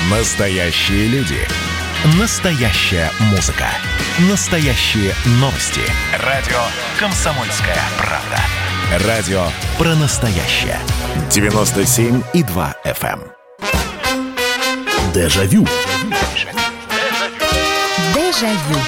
Настоящие люди. Настоящая музыка. Настоящие новости. Радио «Комсомольская правда». Радио про настоящее. 97,2 FM. Дежавю. Дежавю.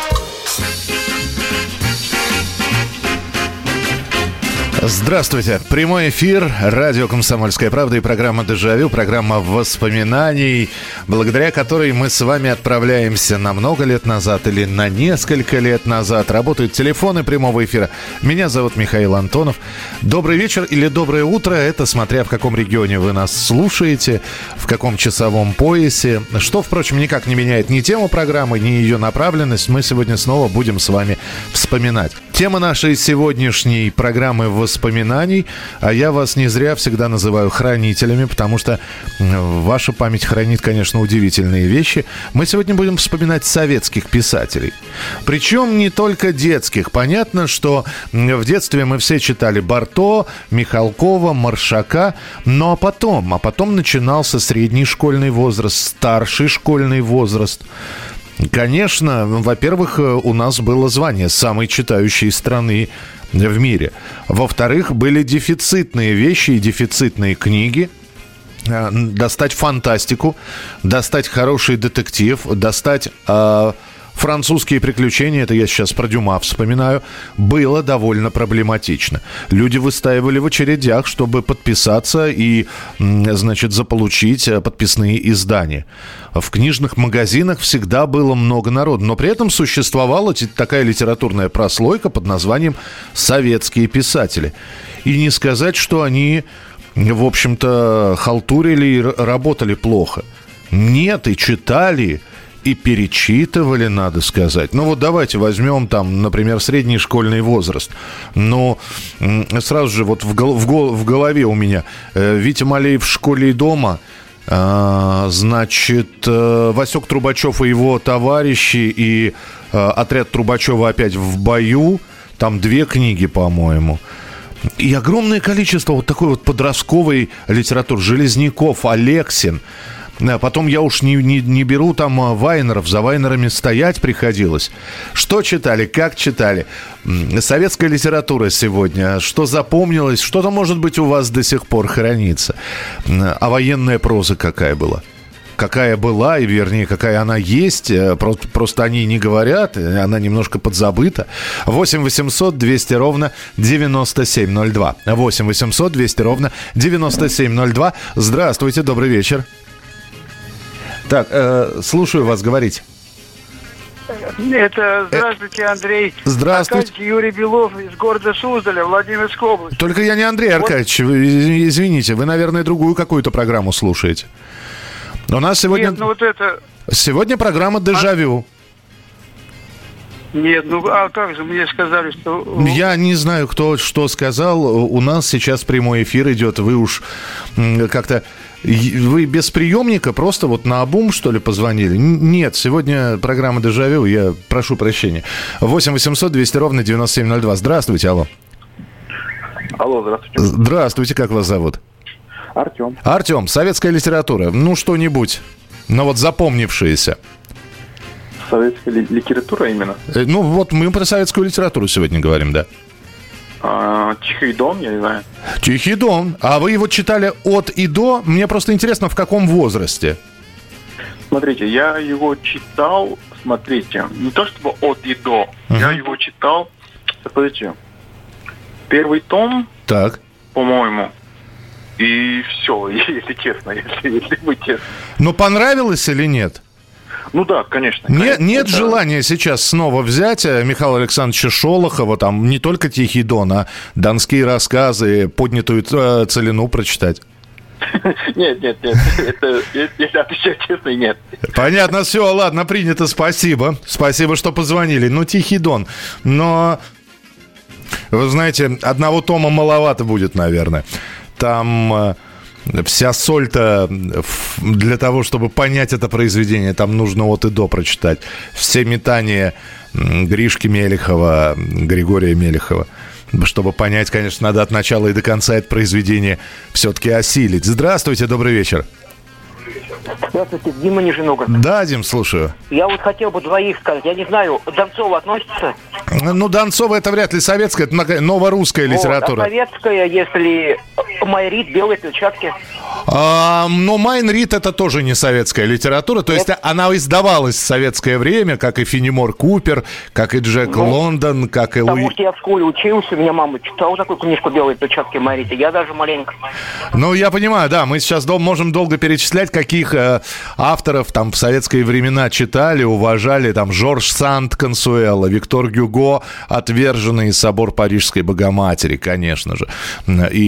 Здравствуйте. Прямой эфир. Радио «Комсомольская правда» и программа «Дежавю». Программа воспоминаний, благодаря которой мы с вами отправляемся на много лет назад или на несколько лет назад. Работают телефоны прямого эфира. Меня зовут Михаил Антонов. Добрый вечер или доброе утро. Это смотря в каком регионе вы нас слушаете, в каком часовом поясе. Что, впрочем, никак не меняет ни тему программы, ни ее направленность. Мы сегодня снова будем с вами вспоминать. Тема нашей сегодняшней программы воспоминаний, а я вас не зря всегда называю хранителями, потому что ваша память хранит, конечно, удивительные вещи. Мы сегодня будем вспоминать советских писателей. Причем не только детских. Понятно, что в детстве мы все читали Барто, Михалкова, Маршака, но потом начинался средний школьный возраст, старший школьный возраст. Конечно, во-первых, у нас было звание самой читающей страны в мире. Во-вторых, были дефицитные вещи и дефицитные книги. Достать фантастику, достать хороший детектив, достать французские приключения, это я сейчас про Дюма вспоминаю, было довольно проблематично. Люди выстаивали в очередях, чтобы подписаться и, значит, заполучить подписные издания. В книжных магазинах всегда было много народу, но при этом существовала такая литературная прослойка под названием «советские писатели». И не сказать, что они, в общем-то, халтурили и работали плохо. Нет, и читали, и перечитывали, надо сказать. Ну вот давайте возьмем там, например, средний школьный возраст. Ну, сразу же вот в голове у меня Витя Малеев в «Школе и дома», значит, Васек Трубачев и его товарищи и отряд Трубачева опять в бою. Там 2 книги, по-моему. И огромное количество вот такой вот подростковой литературы. Железняков, Алексин. Потом я уж не беру там Вайнеров, за Вайнерами стоять приходилось. Что читали, как читали? Советская литература сегодня, что запомнилось, что-то, может быть, у вас до сих пор хранится. А военная проза какая была? Какая была, и вернее, какая она есть, просто о ней не говорят, она немножко подзабыта. 8 800 200 ровно 9702. 8 800 200 ровно 9702. Здравствуйте, добрый вечер. Так, слушаю вас, говорить. Здравствуйте, Андрей. Здравствуйте. Аркадьевич, Юрий Белов из города Суздаля, Владимирской области. Только я не Андрей Аркадьевич, извините, вы, наверное, другую какую-то программу слушаете. У нас сегодня... Нет, ну вот это... Сегодня программа «Дежавю». Нет, ну а как же, мне сказали, что... Я не знаю, кто что сказал. У нас сейчас прямой эфир идет. Вы уж как-то... Вы без приемника просто вот наобум, что ли, позвонили? Нет, сегодня программа «Дежавю», я прошу прощения. 8 800 200 ровно 9702. Здравствуйте, алло. Алло, здравствуйте. Здравствуйте, как вас зовут? Артем. Артем, советская литература. Ну, что-нибудь, но вот запомнившееся. Советская литература именно? Ну, вот мы про советскую литературу сегодня говорим, да. «Тихий дон», я не знаю. «Тихий дон». А вы его читали от и до? Мне просто интересно, в каком возрасте? Смотрите, я его читал, не то чтобы от и до. Я его читал, подождите, первый том, так, по-моему, и все, если честно, если быть честным. Но понравилось или нет? Ну да, конечно. Нет желания сейчас снова взять Михаила Александровича Шолохова, там не только «Тихий дон», а «Донские рассказы», «Поднятую целину» прочитать? Нет, это, если отвечать честно, нет. Понятно, все, ладно, принято, спасибо. Спасибо, что позвонили. Ну, «Тихий дон». Но, вы знаете, одного тома маловато будет, наверное. Там... Вся соль-то для того, чтобы понять это произведение, там нужно от и до прочитать. Все метания Гришки Мелехова, Григория Мелехова. Чтобы понять, конечно, надо от начала и до конца это произведение все-таки осилить. Здравствуйте, добрый вечер. Здравствуйте, Дима Нижегород. Да, Дим, слушаю. Я вот хотел бы двоих сказать. Я не знаю, Донцова относится? Ну, Донцова это вряд ли советская, это новорусская литература. А советская, если Майрит, белые перчатки. Но Майн Рид это тоже не советская литература, то есть она издавалась в советское время, как и Фенемор Купер, как и Джек Лондон, как и Потому что я в школе учился, у меня мама читала такую книжку «Белые перчатки» Майрита, я даже маленько. Ну, я понимаю, да, мы сейчас можем долго перечислять, каких авторов там в советские времена читали, уважали, там Жорж Санд Консуэло, Виктор Гюго, «Отверженный собор Парижской Богоматери», конечно же. И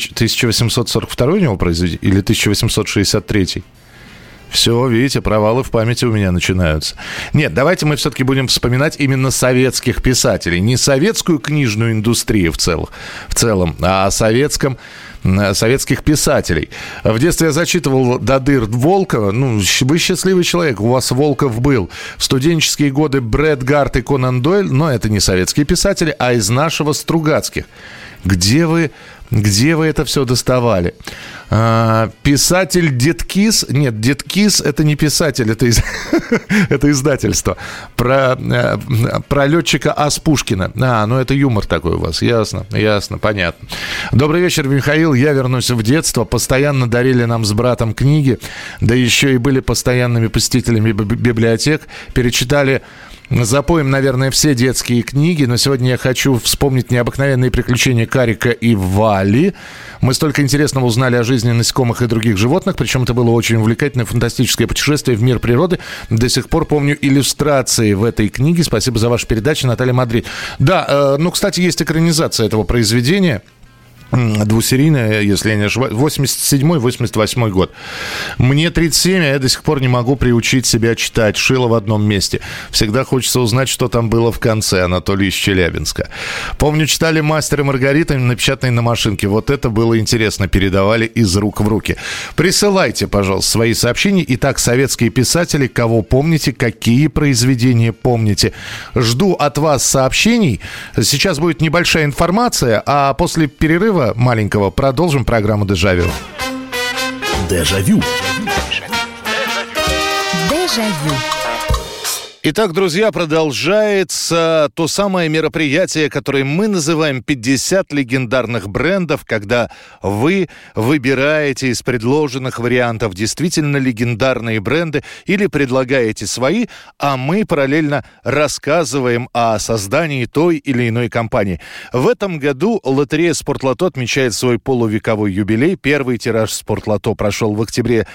1842 у него произведение, или 1863? Все, видите, провалы в памяти у меня начинаются. Нет, давайте мы все-таки будем вспоминать именно советских писателей. Не советскую книжную индустрию в целом, а советских писателей. В детстве я зачитывал до дыр Волкова. Ну, вы счастливый человек, у вас Волков был. В студенческие годы Брэд Гарт и Конан Дойль, но это не советские писатели, а из нашего Стругацких. Где вы это все доставали? Писатель Деткис. Нет, Деткис это не писатель, это издательство. Про летчика Ас Пушкина. Ну это юмор такой у вас. Ясно, понятно. Добрый вечер, Михаил. Я вернусь в детство. Постоянно дарили нам с братом книги. Да еще и были постоянными посетителями библиотек. Перечитали запоем, наверное, все детские книги, но сегодня я хочу вспомнить необыкновенные приключения Карика и Вали. Мы столько интересного узнали о жизни насекомых и других животных, причем это было очень увлекательное, фантастическое путешествие в мир природы. До сих пор помню иллюстрации в этой книге. Спасибо за вашу передачу, Наталья Мадрид. Да, кстати, есть экранизация этого произведения. Двусерийная, если я не ошибаюсь, 87-88 год. Мне 37, а я до сих пор не могу приучить себя читать. Шило в одном месте. Всегда хочется узнать, что там было в конце. Анатолий из Челябинска. Помню, читали «Мастер и Маргарита», напечатанные на машинке. Вот это было интересно. Передавали из рук в руки. Присылайте, пожалуйста, свои сообщения. Итак, советские писатели, кого помните, какие произведения помните. Жду от вас сообщений. Сейчас будет небольшая информация, а после перерыва маленького продолжим программу «Дежавю». Дежавю. Дежавю. Итак, друзья, продолжается то самое мероприятие, которое мы называем 50 легендарных брендов, когда вы выбираете из предложенных вариантов действительно легендарные бренды или предлагаете свои, а мы параллельно рассказываем о создании той или иной компании. В этом году лотерея «Спортлото» отмечает свой полувековой юбилей. Первый тираж «Спортлото» прошел в октябре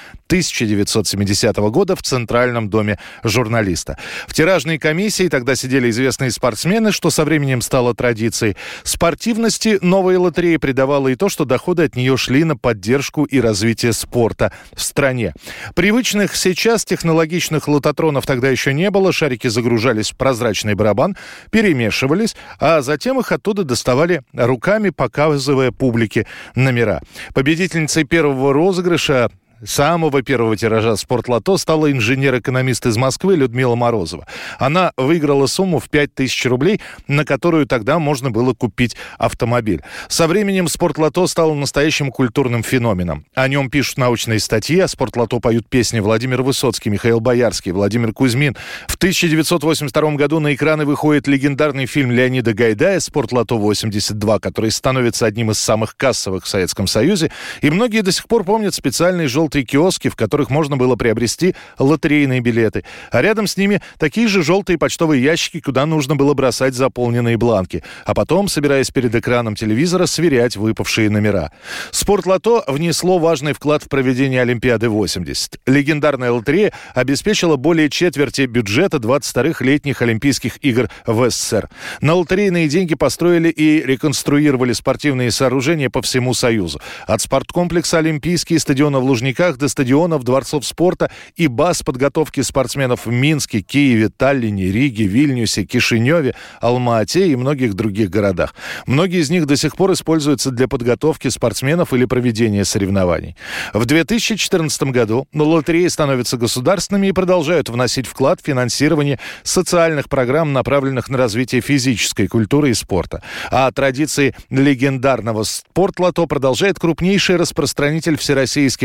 1970 года в Центральном доме журналиста. В тиражной комиссии тогда сидели известные спортсмены, что со временем стало традицией. Спортивности новой лотереи придавало и то, что доходы от нее шли на поддержку и развитие спорта в стране. Привычных сейчас технологичных лототронов тогда еще не было. Шарики загружались в прозрачный барабан, перемешивались, а затем их оттуда доставали руками, показывая публике номера. Победительницей первого розыгрыша самого первого тиража «Спортлото» стала инженер-экономист из Москвы Людмила Морозова. Она выиграла сумму в 5000 рублей, на которую тогда можно было купить автомобиль. Со временем «Спортлото» стало настоящим культурным феноменом. О нем пишут научные статьи, о «Спортлото» поют песни Владимир Высоцкий, Михаил Боярский, Владимир Кузьмин. В 1982 году на экраны выходит легендарный фильм Леонида Гайдая «Спортлото-82», который становится одним из самых кассовых в Советском Союзе. И многие до сих пор помнят специальные желтые киоски, в которых можно было приобрести лотерейные билеты. А рядом с ними такие же желтые почтовые ящики, куда нужно было бросать заполненные бланки. А потом, собираясь перед экраном телевизора, сверять выпавшие номера. «Спортлото» внесло важный вклад в проведение Олимпиады-80. Легендарная лотерея обеспечила более четверти бюджета 22-х летних Олимпийских игр в СССР. На лотерейные деньги построили и реконструировали спортивные сооружения по всему Союзу. От спорткомплекса «Олимпийский», стадиона в Лужниках, до стадионов, дворцов спорта и баз подготовки спортсменов в Минске, Киеве, Таллине, Риге, Вильнюсе, Кишиневе, Алма-Ате и многих других городах. Многие из них до сих пор используются для подготовки спортсменов или проведения соревнований. В 2014 году лотереи становятся государственными и продолжают вносить вклад в финансирование социальных программ, направленных на развитие физической культуры и спорта. А традиции легендарного «Спортлото» продолжает крупнейший распространитель всероссийских государственных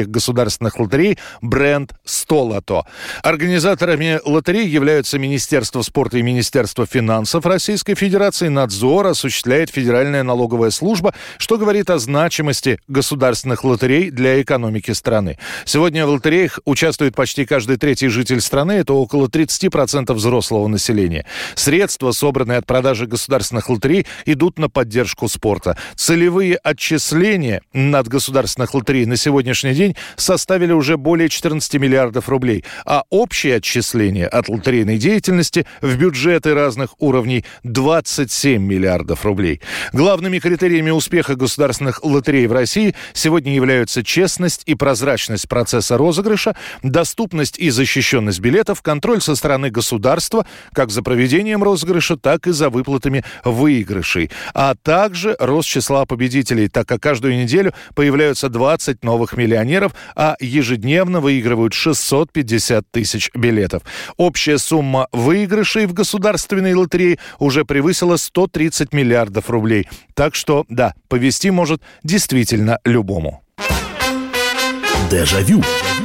государственных лотерей бренд «100 Лото». Организаторами лотерей являются Министерство спорта и Министерство финансов Российской Федерации. Надзор осуществляет Федеральная налоговая служба, что говорит о значимости государственных лотерей для экономики страны. Сегодня в лотереях участвует почти каждый третий житель страны. Это около 30% взрослого населения. Средства, собранные от продажи государственных лотерей, идут на поддержку спорта. Целевые отчисления от государственных лотерей на сегодняшний день составили уже более 14 миллиардов рублей, а общие отчисления от лотерейной деятельности в бюджеты разных уровней 27 миллиардов рублей. Главными критериями успеха государственных лотерей в России сегодня являются честность и прозрачность процесса розыгрыша, доступность и защищенность билетов, контроль со стороны государства как за проведением розыгрыша, так и за выплатами выигрышей, а также рост числа победителей, так как каждую неделю появляются 20 новых миллионеров, а ежедневно выигрывают 650 тысяч билетов. Общая сумма выигрышей в государственной лотерее уже превысила 130 миллиардов рублей. Так что, да, повезти может действительно любому. Дежавю.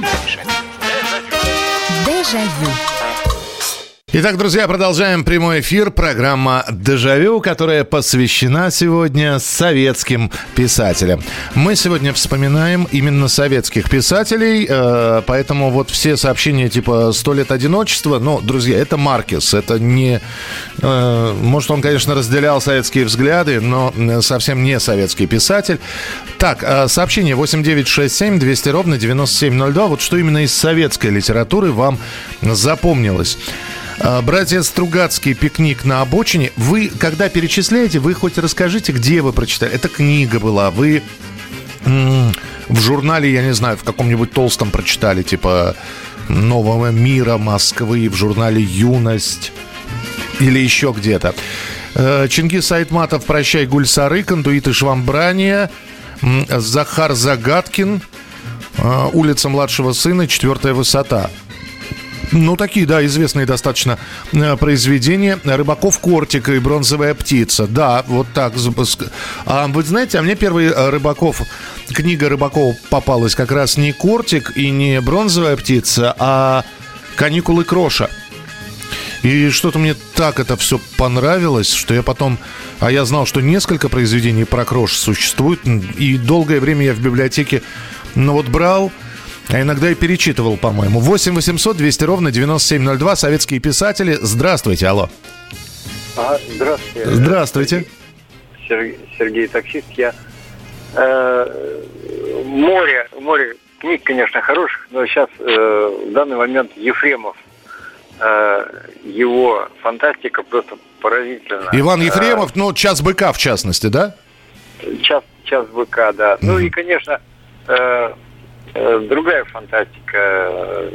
Дежавю. Итак, друзья, продолжаем прямой эфир. Программа «Дежавю», которая посвящена сегодня советским писателям. Мы сегодня вспоминаем именно советских писателей, поэтому вот все сообщения типа «100 лет одиночества», ну, друзья, это Маркес, это не... Может, он, конечно, разделял советские взгляды, но совсем не советский писатель. Так, сообщение 8967-200-97-02. Вот что именно из советской литературы вам запомнилось? Братья Стругацкие, «Пикник на обочине». Вы, когда перечисляете, вы хоть расскажите, где вы прочитали. Это книга была. Вы в журнале, я не знаю, в каком-нибудь толстом прочитали, типа «Нового мира», «Москвы», в журнале «Юность» или еще где-то. Чингис Айтматов «Прощай, Гульсары», «Кондуиты Швамбрания», Захар Загадкин, «Улица младшего сына», «Четвертая высота». Ну, такие, да, известные достаточно произведения. «Рыбаков Кортик» и «Бронзовая птица». Да, вот так. А вы знаете, а мне первый книга Рыбакова попалась как раз не «Кортик» и не «Бронзовая птица», а «Каникулы Кроша». И что-то мне так это все понравилось, что я потом... А я знал, что несколько произведений про Кроша существует. И долгое время я в библиотеке, брал... А иногда и перечитывал, по-моему. 8 800 200 ровно 9702. Советские писатели. Здравствуйте, алло. Здравствуйте. Здравствуйте. Сергей, таксист. Я море книг, конечно, хороших, но сейчас в данный момент Ефремов, его фантастика просто поразительна. Иван Ефремов, «Час быка» в частности, да? Час быка, да. Ну и, конечно, другая фантастика.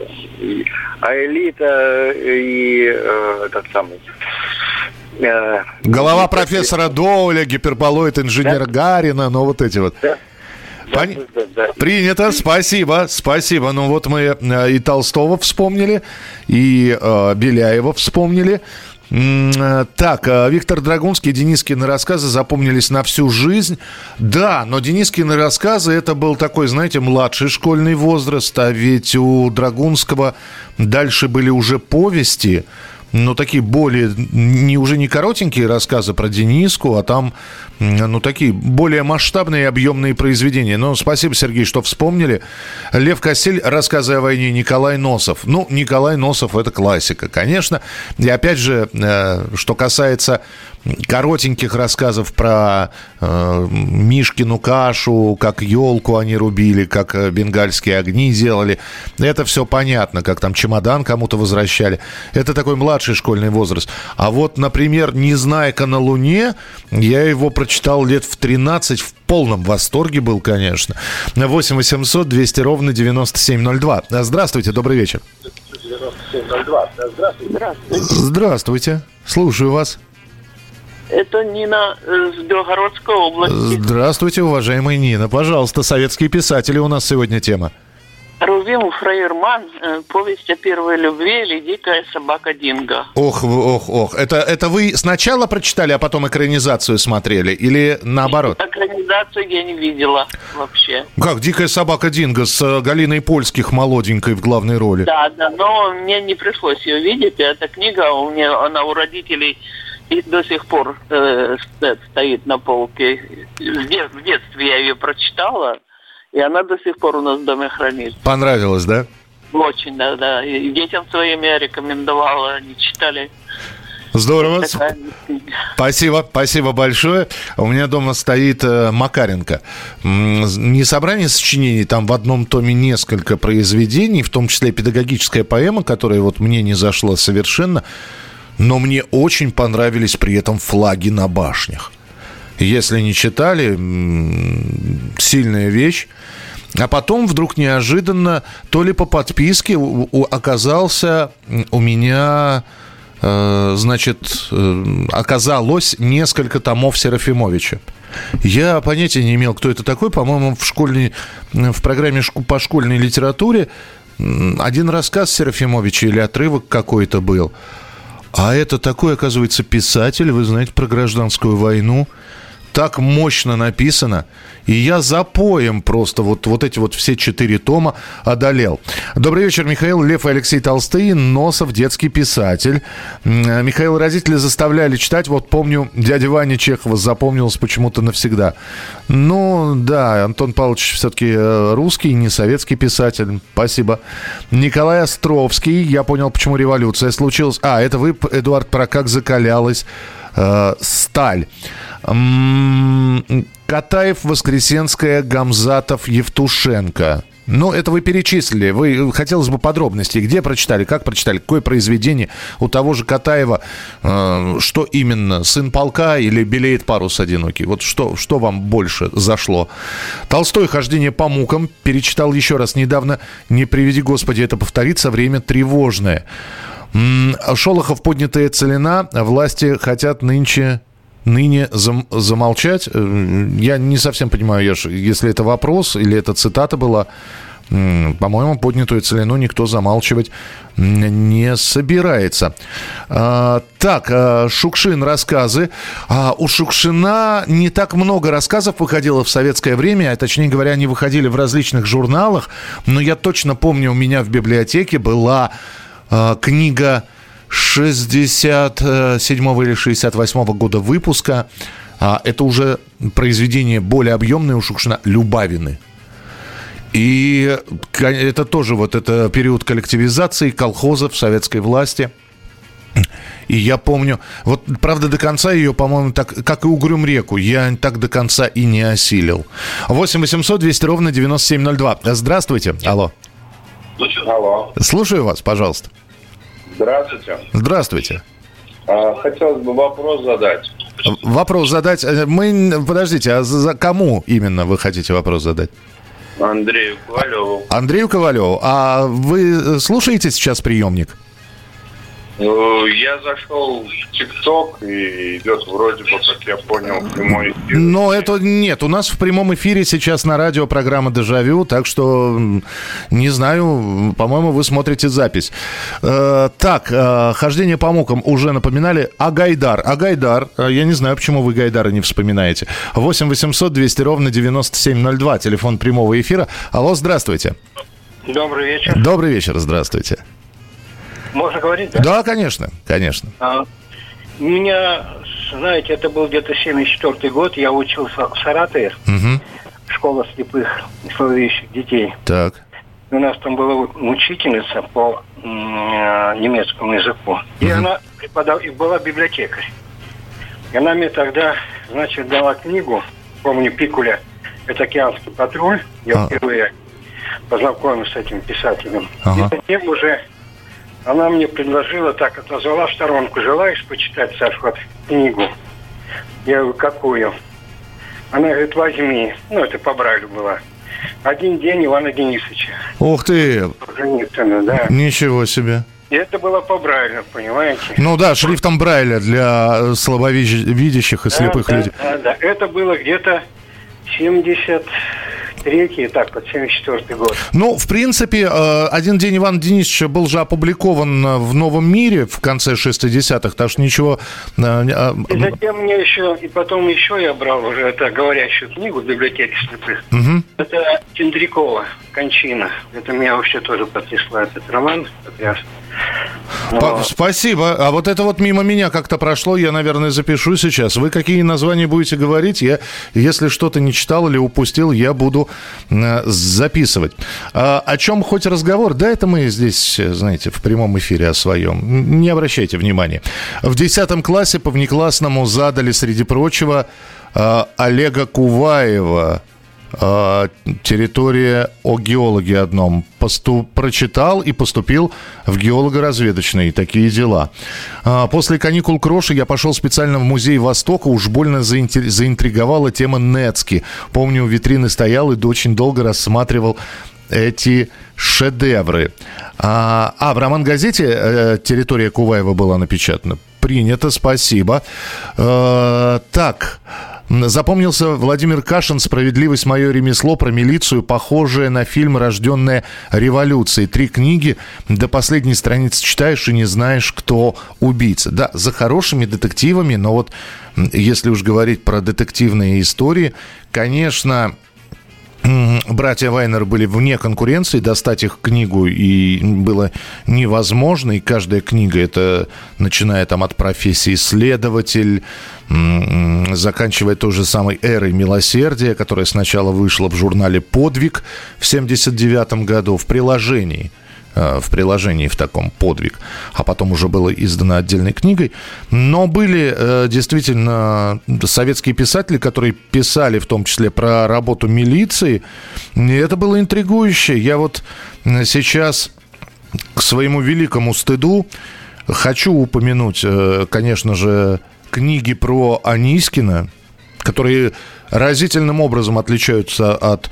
Аэлита и этот самый... «Голова профессора Доуэля», «Гиперболоид инженера Гарина», вот эти вот. Да. Да. Принято, спасибо. Ну вот мы и Толстого вспомнили, и Беляева вспомнили. Так, Виктор Драгунский, Денискины рассказы запомнились на всю жизнь. Да, но Денискины рассказы, это был такой, знаете, младший школьный возраст, а ведь у Драгунского дальше были уже повести, но такие более, уже не коротенькие рассказы про Дениску, а там, такие более масштабные и объемные произведения. Спасибо, Сергей, что вспомнили. Лев Коссель, рассказы о войне, Николай Носов. Николай Носов – это классика, конечно. И опять же, что касается коротеньких рассказов про Мишкину кашу, как елку они рубили, как бенгальские огни делали. Это все понятно, как там чемодан кому-то возвращали. Это такой младший школьный возраст. А вот, например, «Незнайка на Луне», я его прочитал лет в 13, в полном восторге был, конечно. 8 800 200 ровно 9702. Здравствуйте, добрый вечер. 9702. Здравствуйте, слушаю вас. Это Нина с Белгородской области. Здравствуйте, уважаемая Нина. Пожалуйста, советские писатели у нас сегодня тема. Рувим Фрейерман, повесть о первой любви или дикая собака Динго. Ох. Это вы сначала прочитали, а потом экранизацию смотрели? Или наоборот? Экранизацию я не видела вообще. Как «Дикая собака Динго» с Галиной Польских молоденькой в главной роли? Да, но мне не пришлось ее видеть. Эта книга, она у родителей и до сих пор стоит на полке. В детстве я ее прочитала. И она до сих пор у нас в доме хранится. Понравилось, да? Очень, да. И детям своим я рекомендовала, они читали. Здорово. Спасибо большое. У меня дома стоит Макаренко. Не собрание сочинений, там в одном томе несколько произведений, в том числе педагогическая поэма, которая вот мне не зашла совершенно, но мне очень понравились при этом флаги на башнях. Если не читали, сильная вещь. А потом вдруг неожиданно, то ли по подписке, оказался у меня, оказалось несколько томов Серафимовича. Я понятия не имел, кто это такой. По-моему, в программе по школьной литературе один рассказ Серафимовича или отрывок какой-то был. А это такой, оказывается, писатель, вы знаете, про гражданскую войну. Так мощно написано. И я запоем просто вот эти вот все 4 тома одолел. Добрый вечер, Михаил. Лев и Алексей Толстые. Носов, детский писатель. Михаил, родители заставляли читать. Вот помню, дядя Ваня Чехова запомнилось почему-то навсегда. Ну, да, Антон Павлович все-таки русский, не советский писатель. Спасибо. Николай Островский. Я понял, почему революция случилась. Это вы, Эдуард, про как закалялась сталь. Катаев, Воскресенская, Гамзатов, Евтушенко. Ну, это вы перечислили. Хотелось бы подробностей. Где прочитали, как прочитали, какое произведение? У того же Катаева что именно? «Сын полка» или «Белеет парус одинокий»? Вот что вам больше зашло? Толстой «Хождение по мукам». Перечитал еще раз недавно. Не приведи, Господи, это повторится. Время тревожное. Шолохов «Поднятая целина». Власти хотят ныне замолчать. Я не совсем понимаю, если это вопрос или это цитата была. По-моему, «Поднятую целину» никто замалчивать не собирается. Так, Шукшин рассказы. У Шукшина не так много рассказов выходило в советское время, а точнее говоря, они выходили в различных журналах. Но я точно помню, у меня в библиотеке была книга 67 или 68 года выпуска. Это уже произведение более объемное у Шукшина, «Любавины». И это тоже это период коллективизации, колхозов, советской власти. И я помню, правда, до конца ее, по-моему, так, как и «Угрюм реку», я так до конца и не осилил. 8 800 200 ровно 9702. Здравствуйте. Алло. Алло. Слушаю вас, пожалуйста. Здравствуйте. Здравствуйте. Хотелось бы вопрос задать. Вопрос задать? Подождите, а кому именно вы хотите вопрос задать? Андрею Ковалеву. Андрей Ковалев. А вы слушаете сейчас приемник? Я зашел в ТикТок, и идет вроде бы, как я понял, прямой эфир. Но это нет. У нас в прямом эфире сейчас на радио программа «Дежавю», так что, не знаю, по-моему, вы смотрите запись. Так, «Хождение по мукам» уже напоминали. Гайдар, я не знаю, почему вы Гайдара не вспоминаете. 8 800 200 ровно 9702, телефон прямого эфира. Алло, здравствуйте. Добрый вечер. Добрый вечер, здравствуйте. Можно говорить, да? Да, конечно. У меня, знаете, это был где-то 74-й год, я учился в Саратове, школа слепых и слабовидящих детей. Так. У нас там была учительница по немецкому языку, и она преподавала, и была библиотекарь. И она мне тогда, значит, дала книгу, помню, Пикуля, это «Океанский патруль», я впервые познакомился с этим писателем. И затем уже она мне предложила, так, отозвала в сторонку: желаешь почитать, Саш, книгу? Я говорю, какую? Она говорит, возьми. Это по Брайлю было. «Один день Ивана Денисовича». Ух ты! Да. Ничего себе. И это было по Брайлю, понимаете? Ну да, шрифтом Брайля для слабовидящих и слепых людей. Да. Это было где-то 70... 73-й, так, под 74-й год. Ну, в принципе, «Один день Ивана Денисовича» был же опубликован в «Новом мире» в конце 60-х, так что ничего... И затем мне еще, и потом еще я брал уже это говорящую книгу в библиотеке слепых. Угу. Это Тендрякова «Кончина». Это меня вообще тоже потрясло, этот роман потряс. Спасибо. А вот это вот мимо меня как-то прошло, я, наверное, запишу сейчас. Вы какие названия будете говорить? Я, если что-то не читал или упустил, я буду записывать. О чем хоть разговор? Да, это мы здесь, знаете, в прямом эфире о своем. Не обращайте внимания. В 10 классе по внеклассному задали, среди прочего, Олега Куваева. Территория о геологе одном. Прочитал и поступил в геолого-разведочные. Такие дела. После каникул Кроши я пошел специально в музей Востока. Уж больно заинтриговала тема Нецки. Помню, у витрины стоял и очень долго рассматривал эти шедевры. В роман-газете «Территория Куваева» была напечатана. Принято, спасибо. Так... Запомнился Владимир Кашин «Справедливость. Мое ремесло», про милицию, похожее на фильм «Рожденная революцией». 3 книги, до последней страницы читаешь и не знаешь, кто убийца. Да, за хорошими детективами, но вот если уж говорить про детективные истории, конечно... Братья Вайнер были вне конкуренции, достать их книгу и было невозможно, и каждая книга, это начиная там от профессии следователь, заканчивая той же самой эрой милосердия, которая сначала вышла в журнале «Подвиг» в 1979 году в приложении в таком «Подвиг», а потом уже было издано отдельной книгой. Но были действительно советские писатели, которые писали в том числе про работу милиции, и это было интригующе. Я вот сейчас к своему великому стыду хочу упомянуть, конечно же, книги про Анискина, которые разительным образом отличаются от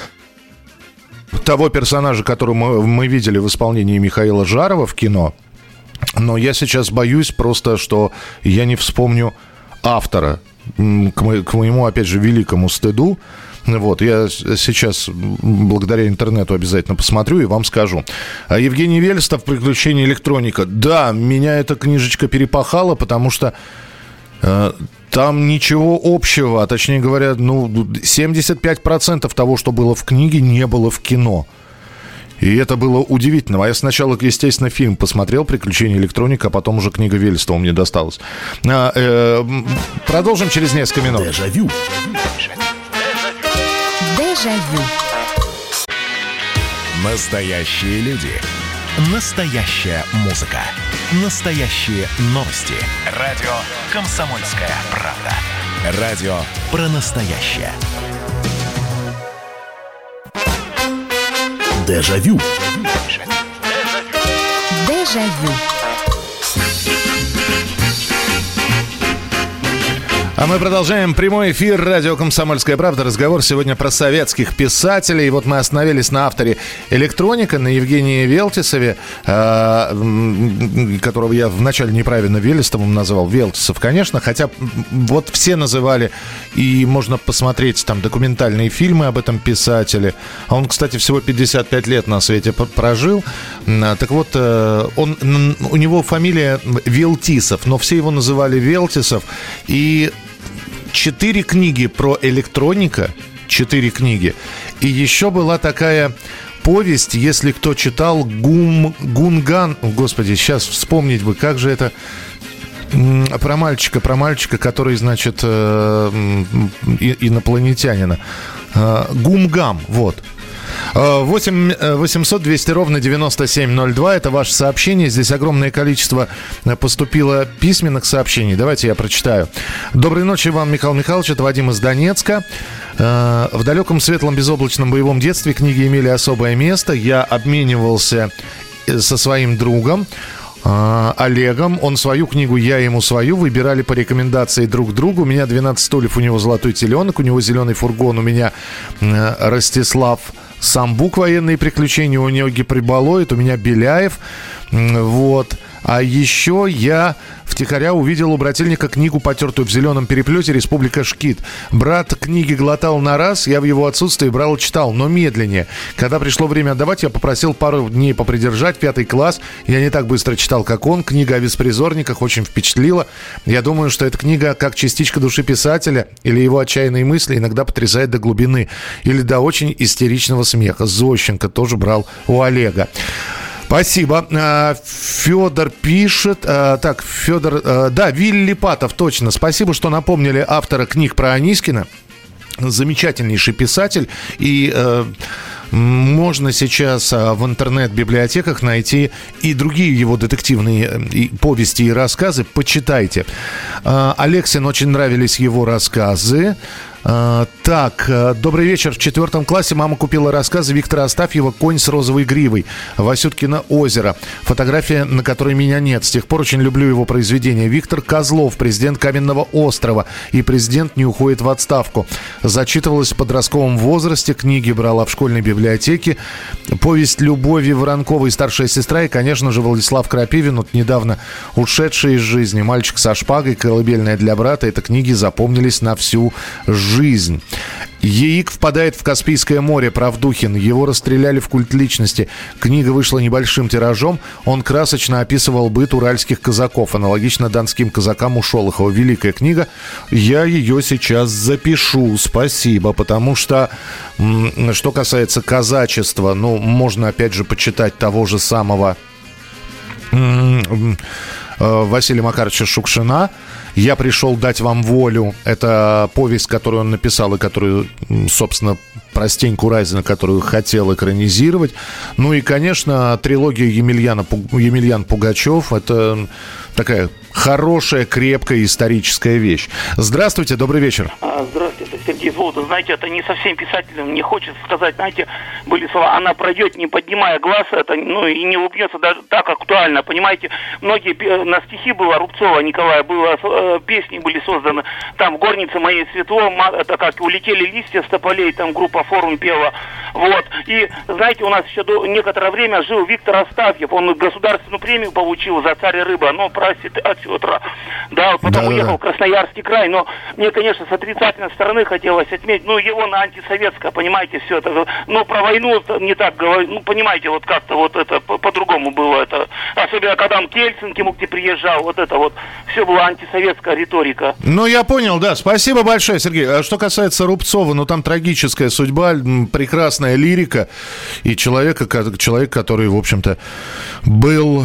того персонажа, которого мы видели в исполнении Михаила Жарова в кино. Но я сейчас боюсь просто, что я не вспомню автора, к моему, опять же, великому стыду. Вот, я сейчас благодаря интернету обязательно посмотрю и вам скажу. Евгений Велестов «Приключения электроника». Да, меня эта книжечка перепахала, потому что там ничего общего, а точнее говоря, 75% того, что было в книге, не было в кино. И это было удивительно. А я сначала, естественно, фильм посмотрел «Приключения электроника», а потом уже книга Велестова мне досталась. Продолжим через несколько минут. Дежавю. Дежавю. Настоящие люди. Настоящая музыка. Настоящие новости. Радио «Комсомольская правда». Радио про настоящее. Дежавю. Дежавю. А мы продолжаем прямой эфир радио «Комсомольская правда». Разговор сегодня про советских писателей. И вот мы остановились на авторе «Электроника», на Евгении Велтисове, которого я вначале неправильно Велестовым назвал. Велтисов, конечно, хотя вот все называли, и можно посмотреть там документальные фильмы об этом писателе. А он, кстати, всего 55 лет на свете прожил. Так вот, у него фамилия Велтисов, но все его называли Велтисов. И 4 книги про электроника, 4 книги. И еще была такая повесть, если кто читал, Гунган. Господи, сейчас вспомнить бы, как же это... Про мальчика, который, значит, инопланетянина. Гумгам, вот. 8 800 200 ровно 9702. Это ваше сообщение. Здесь огромное количество поступило письменных сообщений. Давайте я прочитаю. Доброй ночи вам, Михаил Михайлович. Это Вадим из Донецка. В далеком светлом безоблачном боевом детстве книги имели особое место. Я обменивался со своим другом Олегом. Он свою книгу, я ему свою. Выбирали по рекомендации друг другу. У меня 12 стульев, у него золотой теленок, у него зеленый фургон, у меня Ростислав Самбук, военные приключения, у него Гиприболоид, у меня Беляев. Вот. А еще я втихаря увидел у брательника книгу, потертую в зеленом переплете, «Республика Шкит». Брат книги глотал на раз, я в его отсутствии брал и читал, но медленнее. Когда пришло время отдавать, я попросил пару дней попридержать, 5 класс. Я не так быстро читал, как он. Книга о беспризорниках очень впечатлила. Я думаю, что эта книга, как частичка души писателя или его отчаянные мысли, иногда потрясает до глубины или до очень истеричного смеха. Зощенко тоже брал у Олега. Спасибо. Федор пишет. Так, Федор... Да, Вилли Патов, точно. Спасибо, что напомнили автора книг про Анискина. Замечательнейший писатель. И можно сейчас в интернет-библиотеках найти и другие его детективные повести и рассказы. Почитайте. Алексин, очень нравились его рассказы. Так, добрый вечер. В 4 классе мама купила рассказы Виктора Астафьева «Конь с розовой гривой», «Васюткино озеро». Фотография, на которой меня нет. С тех пор очень люблю его произведения. Виктор Козлов, президент Каменного острова. И президент не уходит в отставку. Зачитывалась в подростковом возрасте. Книги брала в школьной библиотеке. Повесть Любови Воронковой «Старшая сестра». И, конечно же, Владислав Крапивин, вот недавно ушедший из жизни. «Мальчик со шпагой», «Колыбельная для брата». Это книги запомнились на всю жизнь. Яик впадает в Каспийское море. Правдухин. Его расстреляли в культ личности. Книга вышла небольшим тиражом. Он красочно описывал быт уральских казаков. Аналогично донским казакам у Шолохова. Великая книга. Я ее сейчас запишу. Спасибо. Потому что, что касается казачества, ну, можно опять же почитать того же самого Василия Макаровича Шукшина. «Я пришел дать вам волю». Это повесть, которую он написал и которую, собственно, про Стеньку Разина, которую хотел экранизировать. Ну и, конечно, трилогия Емельян Пугачев. Это такая хорошая, крепкая историческая вещь. Здравствуйте, добрый вечер. Здравствуйте, это Сергей Золотов. Знаете, это не совсем писателям. Мне хочется сказать, знаете, были слова: она пройдет, не поднимая глаз, это, ну, и не улыбнется даже так актуально. Понимаете, многие на стихи было Рубцова Николая, было песни были созданы. Там в горнице моей светло, это как улетели листья с тополей, там группа «Форум» пела. Вот. И, знаете, у нас еще некоторое время жил Виктор Астафьев. Он государственную премию получил за «Царь и рыба», но от Федора. Да, потом уехал в Красноярский край. Но мне, конечно, с отрицательной стороны хотелось отметить, ну, его на антисоветское, понимаете, все это. Но про войну не так говорить. Ну, понимаете, вот как-то вот это по-другому было. Это. Особенно, когда он к Ельцинки приезжал, вот это вот. Все было антисоветская риторика. Ну, я понял, да. Спасибо большое, Сергей. А что касается Рубцова, ну, там трагическая судьба, прекрасная лирика. И человек, который, в общем-то, был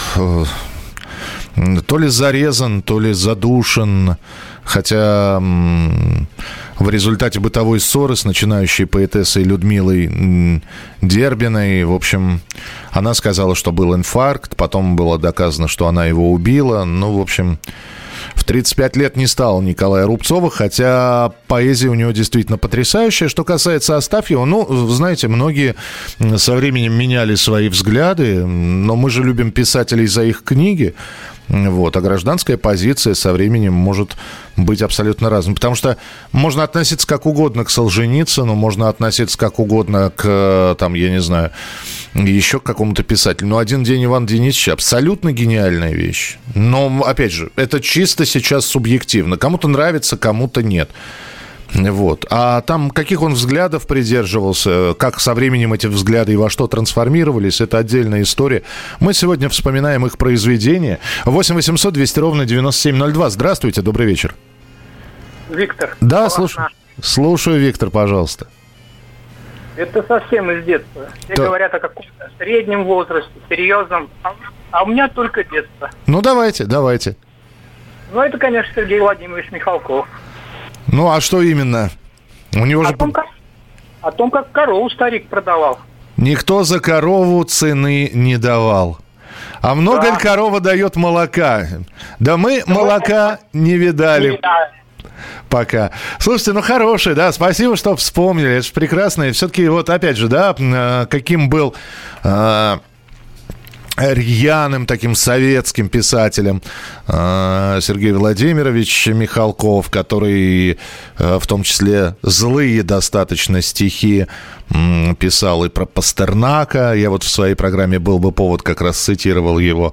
то ли зарезан, то ли задушен. Хотя в результате бытовой ссоры с начинающей поэтессой Людмилой Дербиной, в общем, она сказала, что был инфаркт, потом было доказано, что она его убила. Ну, в общем, в 35 лет не стало Николая Рубцова, хотя поэзия у него действительно потрясающая. Что касается Астафьева, ну, знаете, многие со временем меняли свои взгляды, но мы же любим писателей за их книги. Вот. А гражданская позиция со временем может быть абсолютно разной. Потому что можно относиться как угодно к Солженицыну, можно относиться как угодно к, там, я не знаю, еще к какому-то писателю. Но «Один день Ивана Денисовича» абсолютно гениальная вещь. Но, опять же, это чисто сейчас субъективно. Кому-то нравится, кому-то нет. Вот. А там каких он взглядов придерживался, как со временем эти взгляды и во что трансформировались, это отдельная история. Мы сегодня вспоминаем их произведения. 8 800 200 ровно 9702. Здравствуйте, добрый вечер. Виктор. Да, слушаю, Виктор, пожалуйста. Это совсем из детства. Все говорят о каком-то среднем возрасте, серьезном. А у меня только детство. Ну, давайте. Ну, это, конечно, Сергей Владимирович Михалков. Ну, а что именно? У него о том, как корову старик продавал. Никто за корову цены не давал. А много ли корова дает молока? Да мы молока не видали. Пока. Слушайте, ну хороший, да, спасибо, что вспомнили. Это же прекрасно. И все-таки вот опять же, да, каким был рьяным таким советским писателем Сергей Владимирович Михалков, который в том числе злые достаточно стихи писал и про Пастернака. Я вот в своей программе «Был бы повод» как раз цитировал его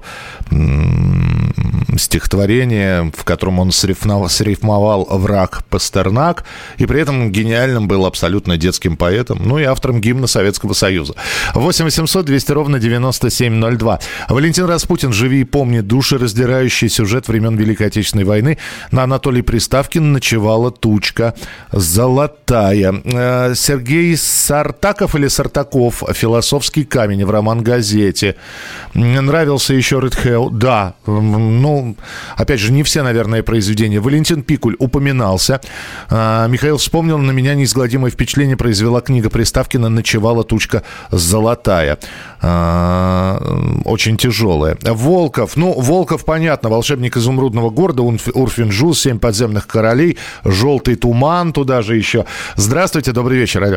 стихотворение, в котором он срифмовал «Враг Пастернак», и при этом гениальным был абсолютно детским поэтом, ну и автором гимна Советского Союза. 8 800 200 ровно 9702. Валентин Распутин «Живи и помни», душераздирающий сюжет времен Великой Отечественной войны. На Анатолий Приставкин «Ночевала тучка золотая». Сергей Сартаков или Сартаков «Философский камень» в роман-газете. Нравился еще Рыдхеу. Да, ну, опять же, не все, наверное, произведения. Валентин Пикуль упоминался. Михаил вспомнил, на меня неизгладимое впечатление произвела книга Приставкина «Ночевала тучка золотая». Очень тяжелая. Волков. Ну, Волков, понятно. «Волшебник изумрудного города», Урфин Джюс, «Семь подземных королей», «Желтый туман» туда же еще. Здравствуйте, добрый вечер, алло.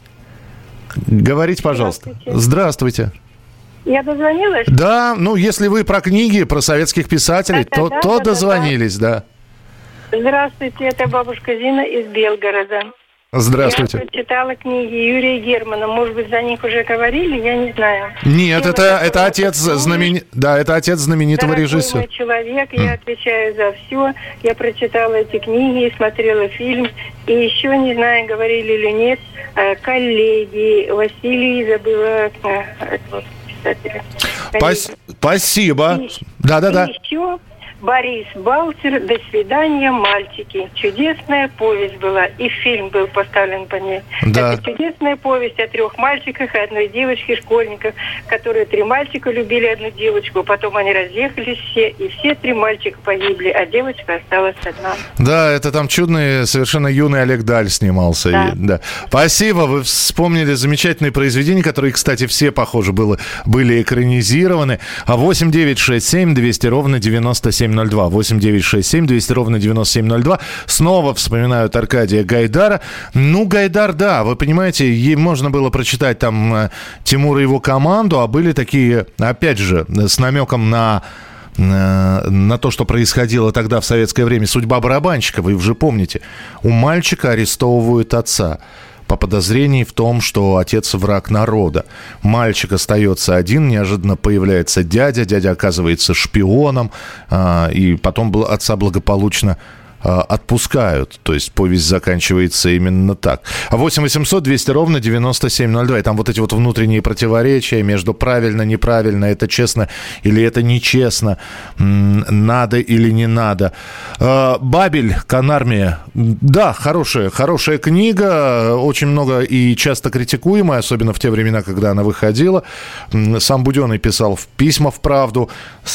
Говорите, пожалуйста. Здравствуйте. Я дозвонилась? Да, ну, если вы про книги, про советских писателей, то дозвонились, да. Здравствуйте, это бабушка Зина из Белгорода. Здравствуйте. Я прочитала книги Юрия Германа. Может быть, за них уже говорили, я не знаю. Нет, это отец это отец знаменитого режиссера. Мой человек, я отвечаю за все. Я прочитала эти книги, смотрела фильм. И еще, не знаю, говорили или нет, коллеги, Василий, забыла писателя. Спасибо. Да. И еще Борис Балтер «До свидания, мальчики». Чудесная повесть была, и фильм был поставлен по ней. Да. Это чудесная повесть о 3 мальчиках и одной девочке-школьниках, которые 3 мальчика любили одну девочку, потом они разъехались все, и все 3 мальчика погибли, а девочка осталась одна. Да, это там чудный, совершенно юный Олег Даль снимался. Да. Да. Спасибо, вы вспомнили замечательные произведения, которые, кстати, все, похоже, были экранизированы. 8 9 6 7 200 ровно 97 02. 8 9 6 7 200 ровно 9702. Снова вспоминают Аркадия Гайдара. Ну, Гайдар, да, вы понимаете, ей можно было прочитать там Тимура и его команду, а были такие, опять же, с намеком на то, что происходило тогда в советское время. «Судьба барабанщика», вы уже помните. У мальчика арестовывают отца по подозрению в том, что отец враг народа. Мальчик остается один, неожиданно появляется дядя. Дядя оказывается шпионом, и потом отца благополучно отпускают. То есть повесть заканчивается именно так. 8 800 200 ровно 9702. И там вот эти вот внутренние противоречия между правильно, неправильно, это честно или это нечестно, надо или не надо. «Бабель. Конармия». Да, хорошая книга, очень много и часто критикуемая, особенно в те времена, когда она выходила. Сам Буденный писал письма в «Правду»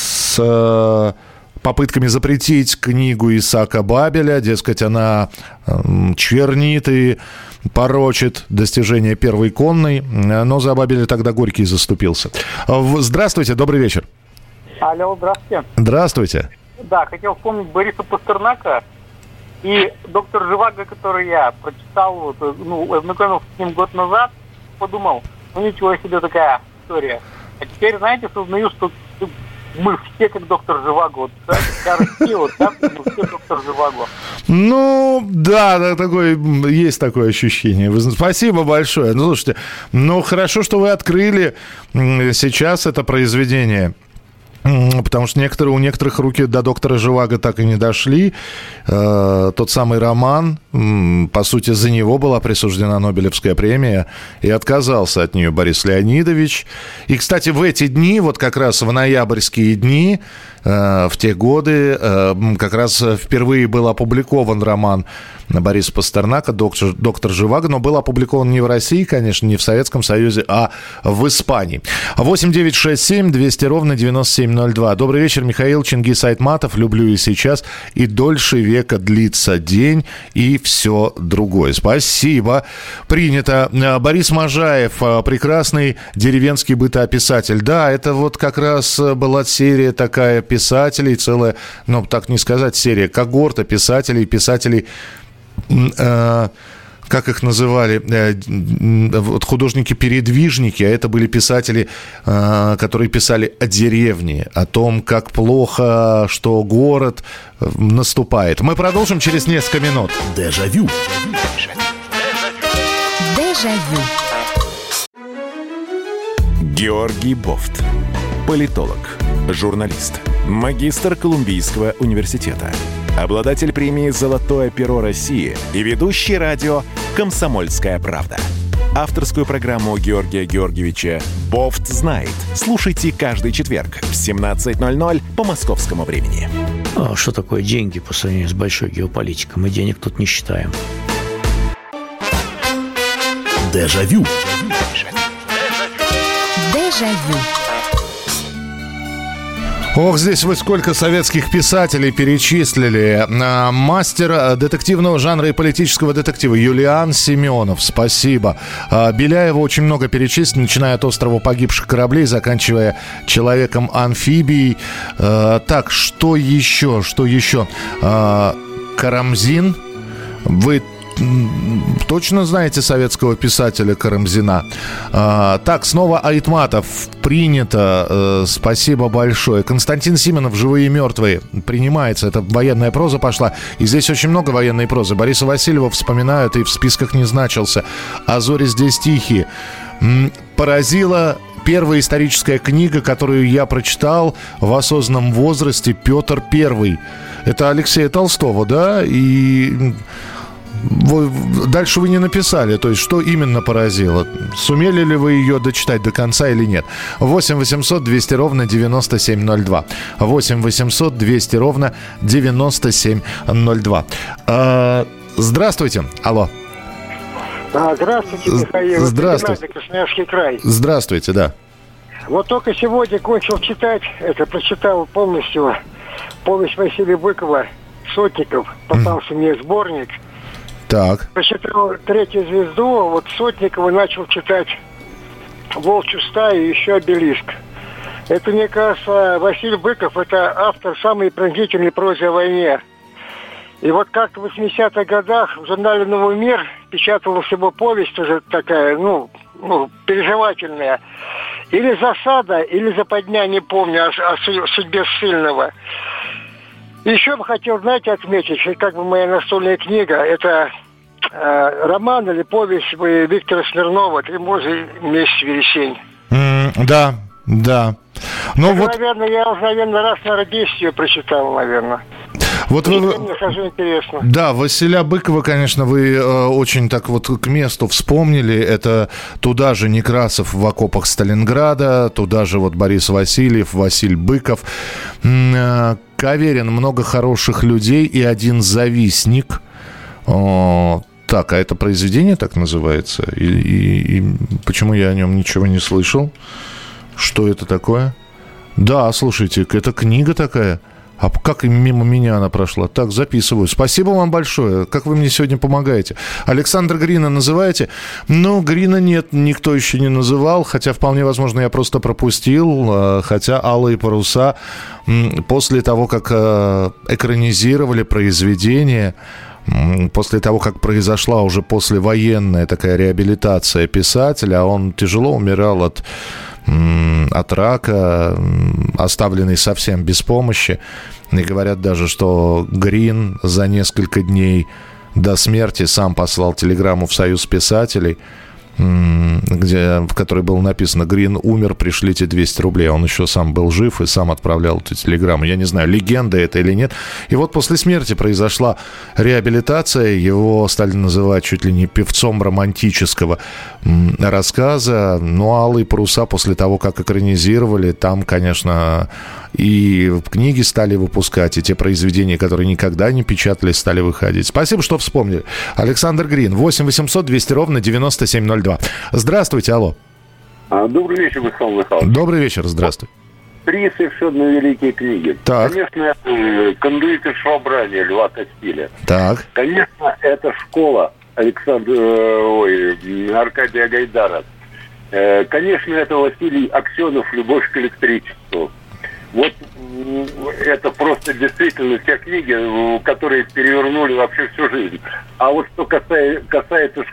с попытками запретить книгу Исаака Бабеля, дескать, она чернит и порочит достижения первой конной, но за Бабеля тогда Горький заступился. Здравствуйте, добрый вечер. Алло, здравствуйте. Здравствуйте. Да, хотел вспомнить Бориса Пастернака и «Доктор Живаго», который я прочитал, ознакомился с ним год назад, подумал, ничего себе такая история. А теперь, знаете, сознаю, что мы все как доктор Живаго. Вся Россия, мы все доктор Живаго. Ну, да, есть такое ощущение. Спасибо большое. Ну, слушайте, хорошо, что вы открыли сейчас это произведение. Потому что у некоторых руки до доктора Живаго так и не дошли. Тот самый роман, по сути, за него была присуждена Нобелевская премия, и отказался от нее Борис Леонидович. И, кстати, в эти дни, вот как раз в ноябрьские дни, в те годы, как раз впервые был опубликован роман Бориса Пастернака «Доктор Живаго», но был опубликован не в России, конечно, не в Советском Союзе, а в Испании. 8 9 6 7 200 ровно 9702. Добрый вечер, Михаил. Чингис Айтматов. Люблю и сейчас, и дольше века длится день, и все другое. Спасибо. Принято. Борис Можаев, прекрасный деревенский бытоописатель. Да, это вот как раз была серия такая писателей, целая, так не сказать серия, когорта писателей как их называли, вот художники-передвижники, а это были писатели, которые писали о деревне, о том, как плохо, что город наступает. Мы продолжим через несколько минут. Дежавю. Дежавю. Георгий Бофт. Политолог, журналист, магистр Колумбийского университета, обладатель премии «Золотое перо России» и ведущий радио «Комсомольская правда». Авторскую программу Георгия Георгиевича «Бофт знает». Слушайте каждый четверг в 17:00 по московскому времени. А что такое деньги по сравнению с большой геополитикой? Мы денег тут не считаем. Дежавю. Дежавю. Ох, здесь вы сколько советских писателей перечислили. Мастер детективного жанра и политического детектива Юлиан Семенов. Спасибо. Беляева очень много перечислено, начиная от «Острова погибших кораблей», заканчивая «Человеком-амфибией». Так, что еще? Карамзин. Вы точно знаете советского писателя Карамзина? Так, снова Айтматов. Принято. Спасибо большое. Константин Симонов «Живые и мертвые». Принимается. Это военная проза пошла. И здесь очень много военной прозы. Бориса Васильева вспоминают и в списках не значился. «А зори здесь тихие». Поразила первая историческая книга, которую я прочитал в осознанном возрасте, «Петр I». Это Алексея Толстого, да? И... Дальше вы не написали, то есть что именно поразило? Сумели ли вы ее дочитать до конца или нет? 8 800 200 ровно 9702. 8 800 200 ровно 9702. Здравствуйте. Алло. Здравствуйте, Михаил. Здравствуйте. Красноярский край. Здравствуйте, да. Вот только сегодня кончил читать, прочитал полностью повесть Василия Быкова «Сотников». Попался мне сборник. Так. Прочитал «Третью звезду», вот Сотникова начал читать «Волчью стаю» и еще «Обелиск». Это, мне кажется, Василий Быков – это автор самой пронзительной прозы о войне. И вот как в 80-х годах в журнале «Новый мир» печаталась его повесть уже такая, переживательная. Или «Засада», или «Западня», не помню, о судьбе ссыльного. Еще бы хотел, знаете, отметить, как бы моя настольная книга, это роман или повесть Виктора Смирнова «Тремозы месяц вересень». Да. Но это, вот... наверное, я уже, раз, 10 ее прочитал, наверное. Вот мне тоже интересно. Да, Василя Быкова, конечно, вы очень так вот к месту вспомнили. Это туда же Некрасов в окопах Сталинграда, туда же вот Борис Васильев, Василь Быков. Каверин, много хороших людей и один завистник. Так, а это произведение так называется? И почему я о нем ничего не слышал? Что это такое? Да, слушайте, это книга такая. А как мимо меня она прошла? Так, записываю. Спасибо вам большое. Как вы мне сегодня помогаете. Александр Грина называете? Грина нет, никто еще не называл. Хотя, вполне возможно, я просто пропустил. Хотя «Алые паруса» после того, как экранизировали произведение, после того, как произошла уже послевоенная такая реабилитация писателя, он тяжело умирал от рака, оставленный совсем без помощи. И говорят даже, что Грин за несколько дней до смерти сам послал телеграмму в Союз писателей, в которой было написано: «Грин умер, пришлите 200 рублей». Он еще сам был жив и сам отправлял эту телеграмму. Я не знаю, легенда это или нет. И вот после смерти произошла реабилитация. Его стали называть чуть ли не певцом романтического рассказа. «Алые паруса» после того, как экранизировали, там, конечно, и книги стали выпускать, и те произведения, которые никогда не печатались, стали выходить. Спасибо, что вспомнили. Александр Грин, 8 800 200 ровно 9702. Здравствуйте, алло. Добрый вечер, Михаил Михайлович. Добрый вечер, здравствуй. Три совершенно великие книги. Так. Конечно, «Кондуит и швабрание» Льва Тостиля. Так. Конечно, это «Школа» Аркадия Гайдара. Конечно, это Василий Аксенов «Любовь к электричеству». Вот это просто действительно те книги, которые перевернули вообще всю жизнь. А вот что касается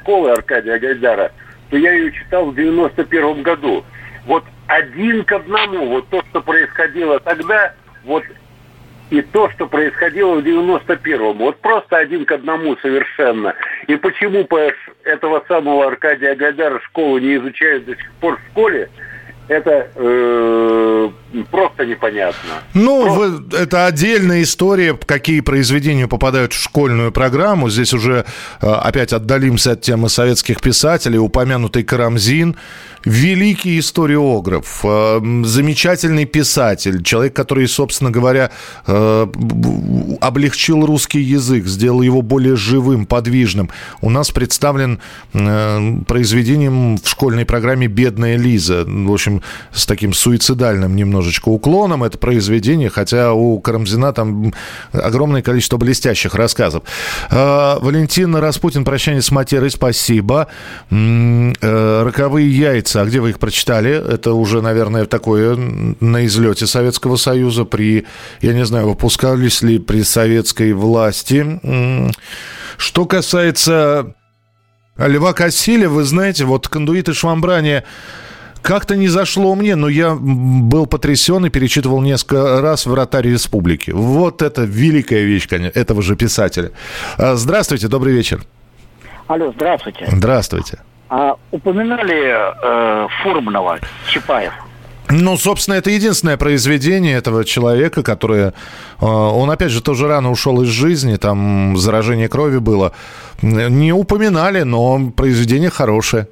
Аркадия Гайдара, то я ее читал в 91 году. Вот 1 к 1, вот то, что происходило тогда, вот и то, что происходило в 91-м. Вот просто 1 к 1 совершенно. И почему этого самого Аркадия Гайдара школу не изучают до сих пор в школе, это просто непонятно. Это отдельная история, какие произведения попадают в школьную программу. Здесь уже опять отдалимся от темы советских писателей. Упомянутый Карамзин, великий историограф, замечательный писатель, человек, который, собственно говоря, облегчил русский язык, сделал его более живым, подвижным. У нас представлен произведением в школьной программе «Бедная Лиза». В общем, с таким суицидальным немножечко уклоном это произведение, хотя у Карамзина там огромное количество блестящих рассказов. Валентин Распутин, «Прощание с матерой», спасибо. «Роковые яйца», а где вы их прочитали? Это уже, наверное, такое на излете Советского Союза, я не знаю, выпускались ли при советской власти. Что касается Льва Кассиля, вы знаете, вот «Кондуит и Швамбрания» как-то не зашло мне, но я был потрясен и перечитывал несколько раз «Вратарь республики». Вот это великая вещь, конечно, этого же писателя. Здравствуйте, добрый вечер. Алло, здравствуйте. Здравствуйте. Упоминали Фурманова, Чапаев. Собственно, это единственное произведение этого человека, которое... Он, опять же, тоже рано ушел из жизни, там заражение крови было. Не упоминали, но произведение хорошее.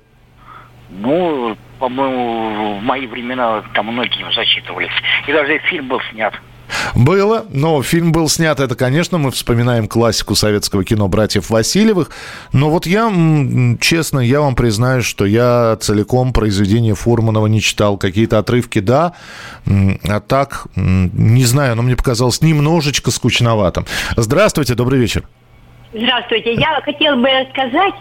По-моему, в мои времена там многие зачитывались. И даже фильм был снят. Было, но фильм был снят, это, конечно, мы вспоминаем классику советского кино «Братьев Васильевых». Но вот честно, я вам признаюсь, что я целиком произведение Фурманова не читал. Какие-то отрывки, да, а так, не знаю, оно мне показалось немножечко скучноватым. Здравствуйте, добрый вечер. Здравствуйте, я хотела бы рассказать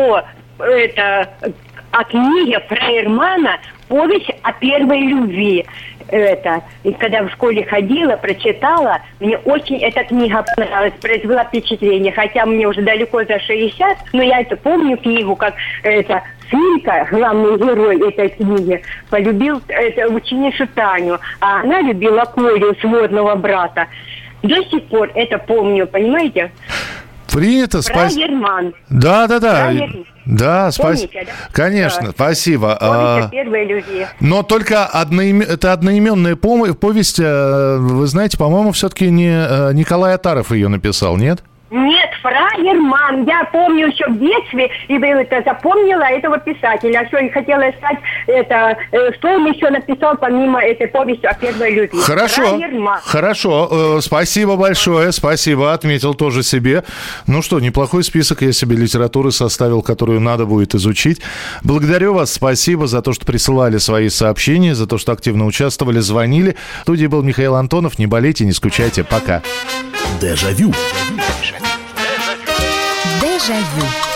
о книге про Эрмана «Повесть о первой любви». И когда в школе ходила, прочитала, мне очень эта книга понравилась, произвела впечатление. Хотя мне уже далеко за 60, но я помню книгу, как Сынка, главный герой этой книги, полюбил ученицу Таню, а она любила Колю, сводного брата. До сих пор это помню, понимаете? Принято, спасибо. Ерман. Да. Да, спасибо. Да? Конечно, да. Спасибо. Повесть о первой любви. Но только это одноименная повесть, вы знаете, по-моему, все-таки не Николай Атаров ее написал, нет? Нет, Фра Ерман. Я помню еще в детстве, и запомнила этого писателя. А что я хотела сказать, что он еще написал помимо этой повести о первой любви. Хорошо. Спасибо большое, спасибо. Отметил тоже себе. Неплохой список я себе литературы составил, которую надо будет изучить. Благодарю вас, спасибо за то, что присылали свои сообщения, за то, что активно участвовали, звонили. В студии был Михаил Антонов. Не болейте, не скучайте. Пока. Дежавю. Дежавю.